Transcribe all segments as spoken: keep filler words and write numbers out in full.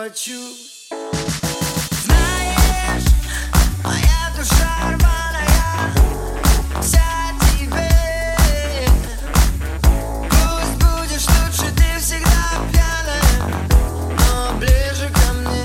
заплачу. Знаешь, моя душа рваная, вся тебе. Пусть будешь лучше, ты всегда пьяная, но ближе ко мне.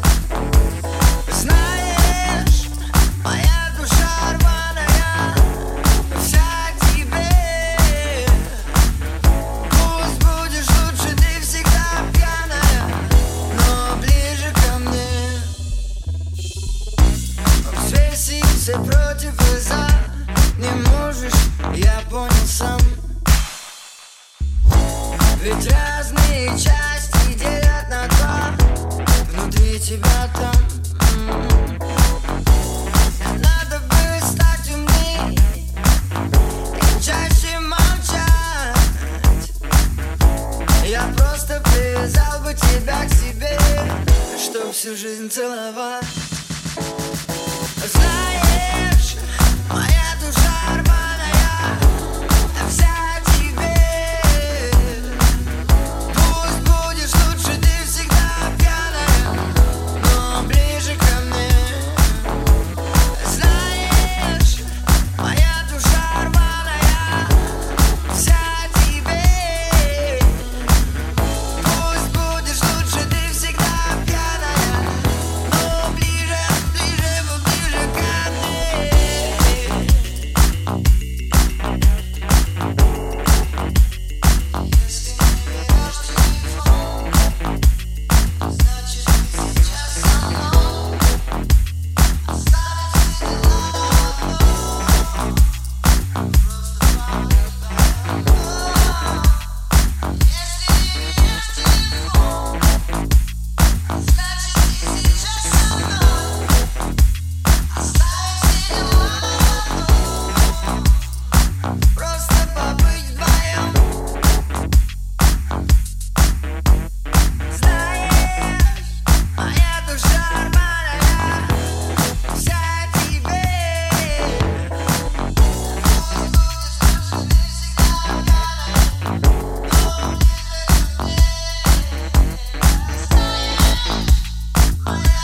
Знаешь, моя душа рваная, вся тебе. Пусть будешь лучше, ты всегда пьяная, но ближе ко мне. Взвеси все против и за, не можешь, я понял сам. Ведь разные части делят на два, внутри тебя там. М-м. Надо бы стать умней и чаще молчать. Я просто привязал бы тебя к себе, чтоб всю жизнь целовать. Знаешь, моя душа рваная, вся тебе. Пусть будешь лучше, ты всегда пьяная, но ближе ко мне. Знаешь, моя душа рваная, вся тебе. Пусть будешь лучше, ты всегда пьяная, но ближе, ближе, ближе ко мне. Если не берешь телефон, значит ты сейчас со мной. Остались дела давно, просто поверь. Если не берешь телефон, значит ты сейчас со мной. Остались дела давно, просто побыть вдвоем. Знаешь, моя душа рваная, вся тебе. Пусть будешь лучше, ты всегда пьяная, но ближе ко мне. Знаешь, моя